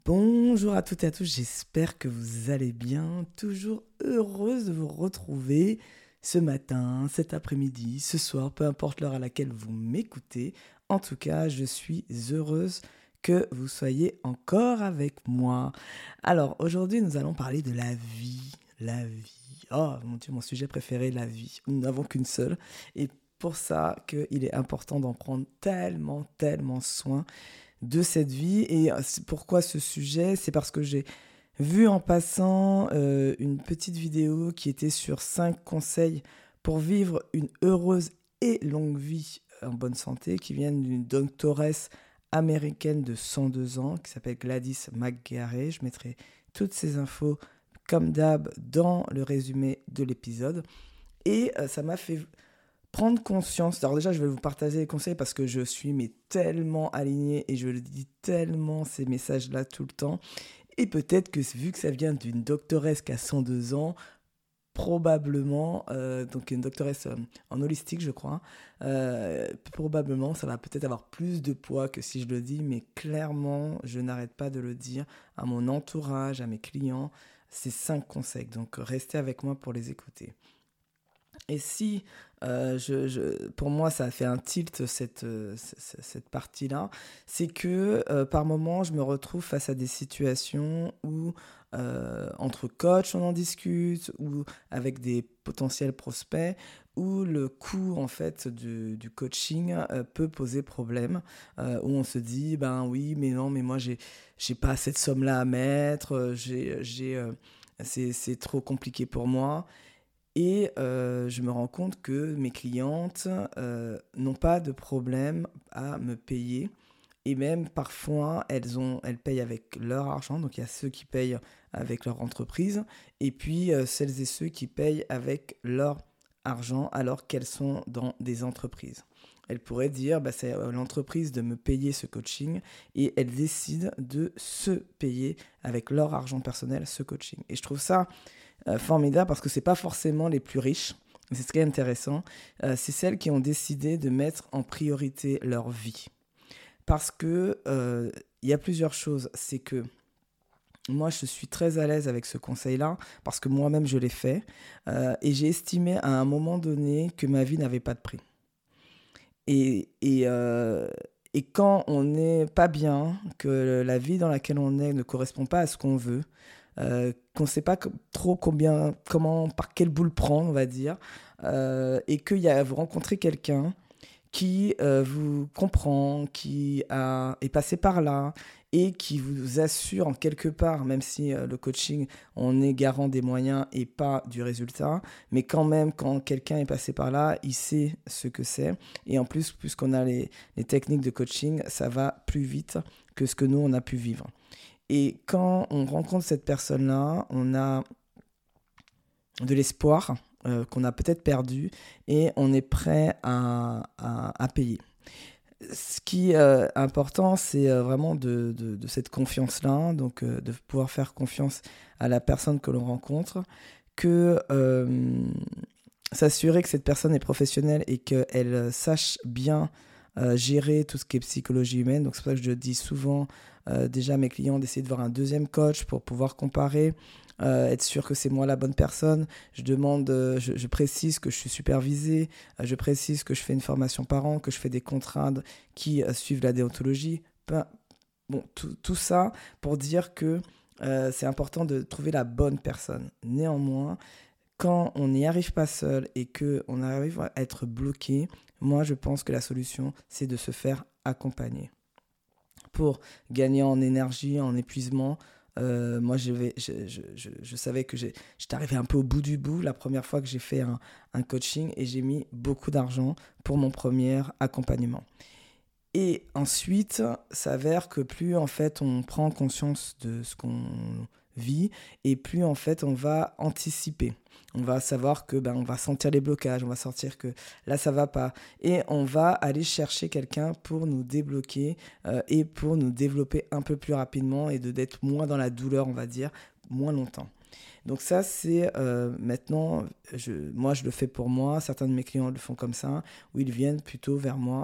Bonjour à toutes et à tous, j'espère que vous allez bien. Toujours heureuse de vous retrouver ce matin, cet après-midi, ce soir, peu importe l'heure à laquelle vous m'écoutez. En tout cas, je suis heureuse que vous soyez encore avec moi. Alors, aujourd'hui, nous allons parler de la vie. La vie. Oh mon Dieu, mon sujet préféré, la vie. Nous n'avons qu'une seule. Et pour ça qu'il est important d'en prendre tellement soin de cette vie. Et pourquoi ce sujet? C'est parce que j'ai vu en passant une petite vidéo qui était sur 5 conseils pour vivre une heureuse et longue vie en bonne santé, qui viennent d'une doctoresse américaine de 102 ans, qui s'appelle Gladys McGarey. Je mettrai toutes ces infos, comme d'hab, dans le résumé de l'épisode. Et ça m'a fait prendre conscience. Alors déjà, je vais vous partager les conseils parce que je suis mais tellement alignée et je le dis tellement ces messages-là tout le temps. Et peut-être que vu que ça vient d'une doctoresse qui a 102 ans, probablement, donc une doctoresse en holistique, je crois, probablement ça va peut-être avoir plus de poids que si je le dis, mais clairement, je n'arrête pas de le dire à mon entourage, à mes clients, ces 5 conseils. Donc restez avec moi pour les écouter. Et si, pour moi, ça a fait un tilt, cette partie-là, c'est que par moment, je me retrouve face à des situations où, entre coachs, on en discute, ou avec des potentiels prospects, où le coût, en fait, du coaching peut poser problème, où on se dit, ben oui, mais non, mais moi, j'ai pas cette somme-là à mettre, c'est trop compliqué pour moi. Et je me rends compte que mes clientes n'ont pas de problème à me payer. Et même parfois, elles payent avec leur argent. Donc il y a ceux qui payent avec leur entreprise. Et puis celles et ceux qui payent avec leur argent alors qu'elles sont dans des entreprises. Elles pourraient dire, bah, c'est à l'entreprise de me payer ce coaching. Et elles décident de se payer avec leur argent personnel ce coaching. Et je trouve ça formidable parce que c'est pas forcément les plus riches, c'est ce qui est intéressant, c'est celles qui ont décidé de mettre en priorité leur vie. Parce que il y a plusieurs choses, c'est que moi je suis très à l'aise avec ce conseil-là parce que moi-même je l'ai fait et j'ai estimé à un moment donné que ma vie n'avait pas de prix. Et quand on n'est pas bien, que la vie dans laquelle on est ne correspond pas à ce qu'on veut, qu'on ne sait pas trop comment, par quelle boule prendre, on va dire, et que vous rencontrez quelqu'un qui vous comprend, est passé par là et qui vous assure en quelque part, même si le coaching, on est garant des moyens et pas du résultat, mais quand même, quand quelqu'un est passé par là, il sait ce que c'est. Et en plus, puisqu'on a les techniques de coaching, ça va plus vite que ce que nous, on a pu vivre. Et quand on rencontre cette personne-là, on a de l'espoir qu'on a peut-être perdu et on est prêt à payer. Ce qui est important, c'est vraiment de cette confiance-là, donc de pouvoir faire confiance à la personne que l'on rencontre, que s'assurer que cette personne est professionnelle et qu'elle sache bien gérer tout ce qui est psychologie humaine. Donc c'est pour ça que je dis souvent déjà à mes clients d'essayer de voir un deuxième coach pour pouvoir comparer, être sûr que c'est moi la bonne personne. Je précise que je suis supervisé, je précise que je fais une formation par an, que je fais des contrats qui suivent la déontologie. Bon, tout ça pour dire que c'est important de trouver la bonne personne. Néanmoins, quand on n'y arrive pas seul et qu'on arrive à être bloqué, moi je pense que la solution, c'est de se faire accompagner. Pour gagner en énergie, en épuisement, moi je savais que j'étais arrivé un peu au bout du bout la première fois que j'ai fait un coaching et j'ai mis beaucoup d'argent pour mon premier accompagnement. Et ensuite, s'avère que plus en fait on prend conscience de ce qu'on vit et plus en fait on va anticiper. On va savoir que on va sentir les blocages, on va sentir que là ça va pas et on va aller chercher quelqu'un pour nous débloquer et pour nous développer un peu plus rapidement et d'être moins dans la douleur, on va dire, moins longtemps. Donc ça, c'est maintenant, moi je le fais pour moi, certains de mes clients le font comme ça, où ils viennent plutôt vers moi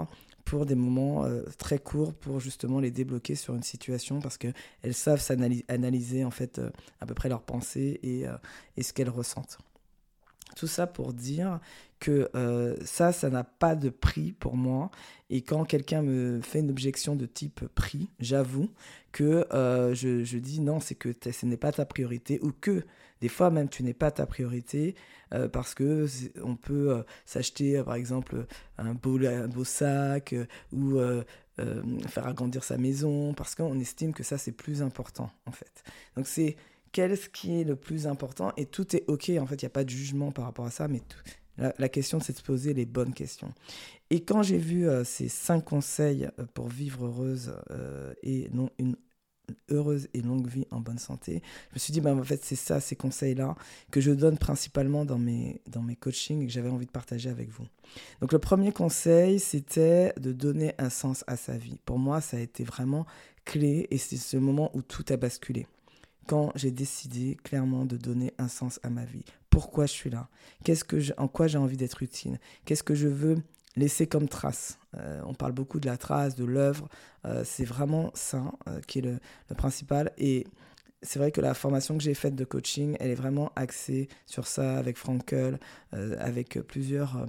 pour des moments très courts pour justement les débloquer sur une situation parce qu'elles savent analyser en fait à peu près leurs pensées et ce qu'elles ressentent. Tout ça pour dire que ça n'a pas de prix pour moi. Et quand quelqu'un me fait une objection de type prix, j'avoue que je dis non, c'est que ce n'est pas ta priorité ou que des fois même tu n'es pas ta priorité parce que on peut s'acheter par exemple un beau sac ou faire agrandir sa maison parce qu'on estime que ça c'est plus important en fait. Donc c'est qu'est-ce qui est le plus important et tout est ok, en fait il n'y a pas de jugement par rapport à ça, mais la question c'est de se poser les bonnes questions. Et quand j'ai vu ces 5 conseils pour vivre heureuse et non une heureuse et longue vie en bonne santé, je me suis dit en fait c'est ça, ces conseils-là que je donne principalement dans mes coachings et que j'avais envie de partager avec vous. Donc le premier conseil, c'était de donner un sens à sa vie. Pour moi, ça a été vraiment clé et c'est ce moment où tout a basculé. Quand j'ai décidé clairement de donner un sens à ma vie. Pourquoi je suis là ? En quoi j'ai envie d'être utile ? Qu'est-ce que je veux laisser comme trace ? On parle beaucoup de la trace, de l'œuvre. C'est vraiment ça qui est le principal. Et c'est vrai que la formation que j'ai faite de coaching, elle est vraiment axée sur ça, avec Frankl, avec plusieurs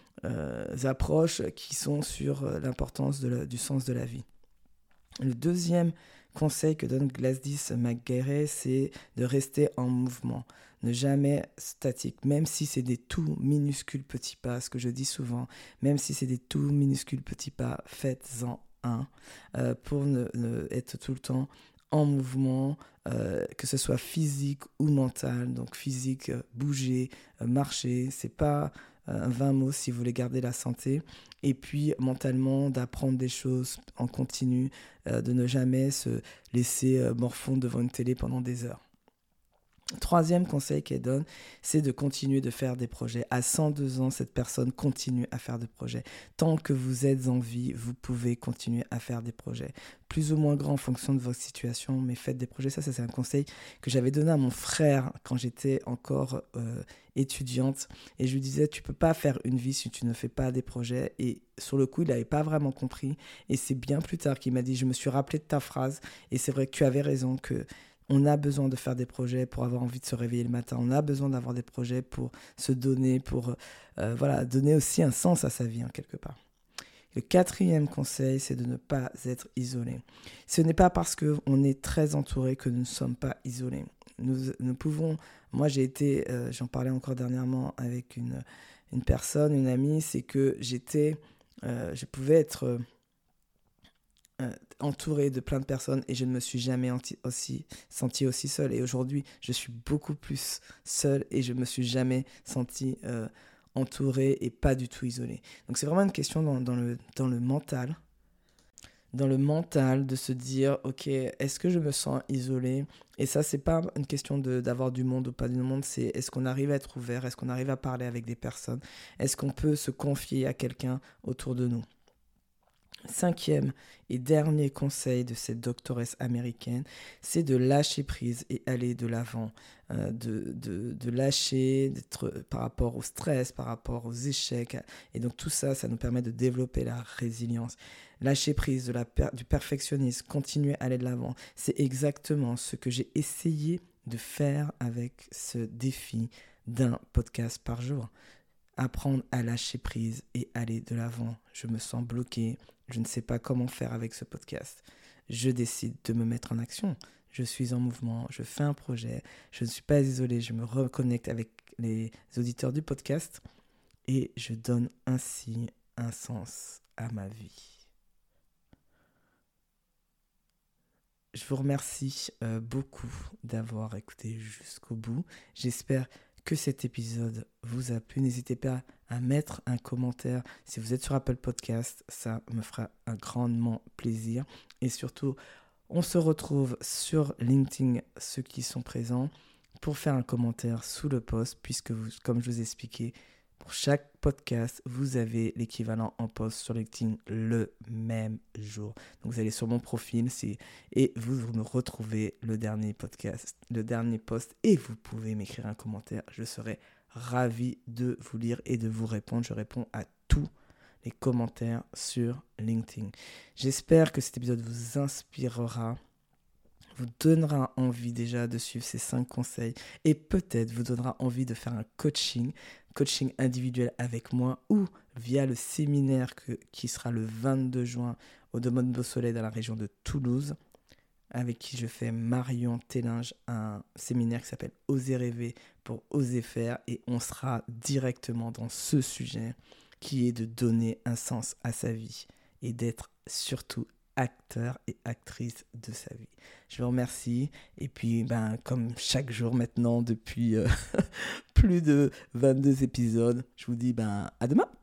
approches qui sont sur l'importance du sens de la vie. Le deuxième conseil que donne Gladys McGarey, c'est de rester en mouvement, ne jamais statique, même si c'est des tout minuscules petits pas, ce que je dis souvent, même si c'est des tout minuscules petits pas, faites-en un pour être tout le temps en mouvement, que ce soit physique ou mental. Donc physique, bouger, marcher, c'est pas un 20 mots si vous voulez garder la santé. Et puis mentalement, d'apprendre des choses en continu, de ne jamais se laisser morfondre devant une télé pendant des heures. Troisième conseil qu'elle donne, c'est de continuer de faire des projets. À 102 ans, cette personne continue à faire des projets. Tant que vous êtes en vie, vous pouvez continuer à faire des projets. Plus ou moins grands en fonction de votre situation, mais faites des projets. Ça c'est un conseil que j'avais donné à mon frère quand j'étais encore étudiante. Et je lui disais, tu peux pas faire une vie si tu ne fais pas des projets. Et sur le coup, il n'avait pas vraiment compris. Et c'est bien plus tard qu'il m'a dit, je me suis rappelé de ta phrase. Et c'est vrai que tu avais raison que on a besoin de faire des projets pour avoir envie de se réveiller le matin. On a besoin d'avoir des projets pour se donner, pour donner aussi un sens à sa vie, quelque part. Le quatrième conseil, c'est de ne pas être isolé. Ce n'est pas parce qu'on est très entouré que nous ne sommes pas isolés. Nous pouvons... Moi, j'en parlais encore dernièrement avec une personne, une amie, c'est que je pouvais être... entourée de plein de personnes et je ne me suis jamais sentie aussi seule. Et aujourd'hui, je suis beaucoup plus seule et je ne me suis jamais sentie entourée et pas du tout isolée. Donc c'est vraiment une question dans le mental. Dans le mental, de se dire, ok, est-ce que je me sens isolée ? Et ça, c'est pas une question d'avoir du monde ou pas du monde, c'est est-ce qu'on arrive à être ouvert ? Est-ce qu'on arrive à parler avec des personnes ? Est-ce qu'on peut se confier à quelqu'un autour de nous ? Cinquième et dernier conseil de cette doctoresse américaine, c'est de lâcher prise et aller de l'avant, de lâcher par rapport au stress, par rapport aux échecs. Et donc tout ça, ça nous permet de développer la résilience. Lâcher prise du perfectionnisme, continuer à aller de l'avant. C'est exactement ce que j'ai essayé de faire avec ce défi d'un podcast par jour. Apprendre à lâcher prise et aller de l'avant. Je me sens bloqué. Je ne sais pas comment faire avec ce podcast. Je décide de me mettre en action. Je suis en mouvement, je fais un projet, je ne suis pas isolé, je me reconnecte avec les auditeurs du podcast et je donne ainsi un sens à ma vie. Je vous remercie beaucoup d'avoir écouté jusqu'au bout. J'espère que cet épisode vous a plu. N'hésitez pas à mettre un commentaire si vous êtes sur Apple Podcast. Ça me fera un grandement plaisir. Et surtout, on se retrouve sur LinkedIn, ceux qui sont présents, pour faire un commentaire sous le post, puisque comme je vous ai expliqué, pour chaque podcast, vous avez l'équivalent en post sur LinkedIn le même jour. Donc vous allez sur mon profil et vous me retrouvez le dernier podcast, le dernier post et vous pouvez m'écrire un commentaire. Je serai ravi de vous lire et de vous répondre. Je réponds à tout. les commentaires sur LinkedIn. J'espère que cet épisode vous inspirera, vous donnera envie déjà de suivre ces 5 conseils et peut-être vous donnera envie de faire un coaching individuel avec moi ou via le séminaire qui sera le 22 juin au Domaine Beausoleil dans la région de Toulouse, avec qui je fais Marion Télinge, un séminaire qui s'appelle Oser rêver pour oser faire, et on sera directement dans ce sujet qui est de donner un sens à sa vie et d'être surtout acteur et actrice de sa vie. Je vous remercie et puis comme chaque jour maintenant depuis plus de 22 épisodes, je vous dis à demain.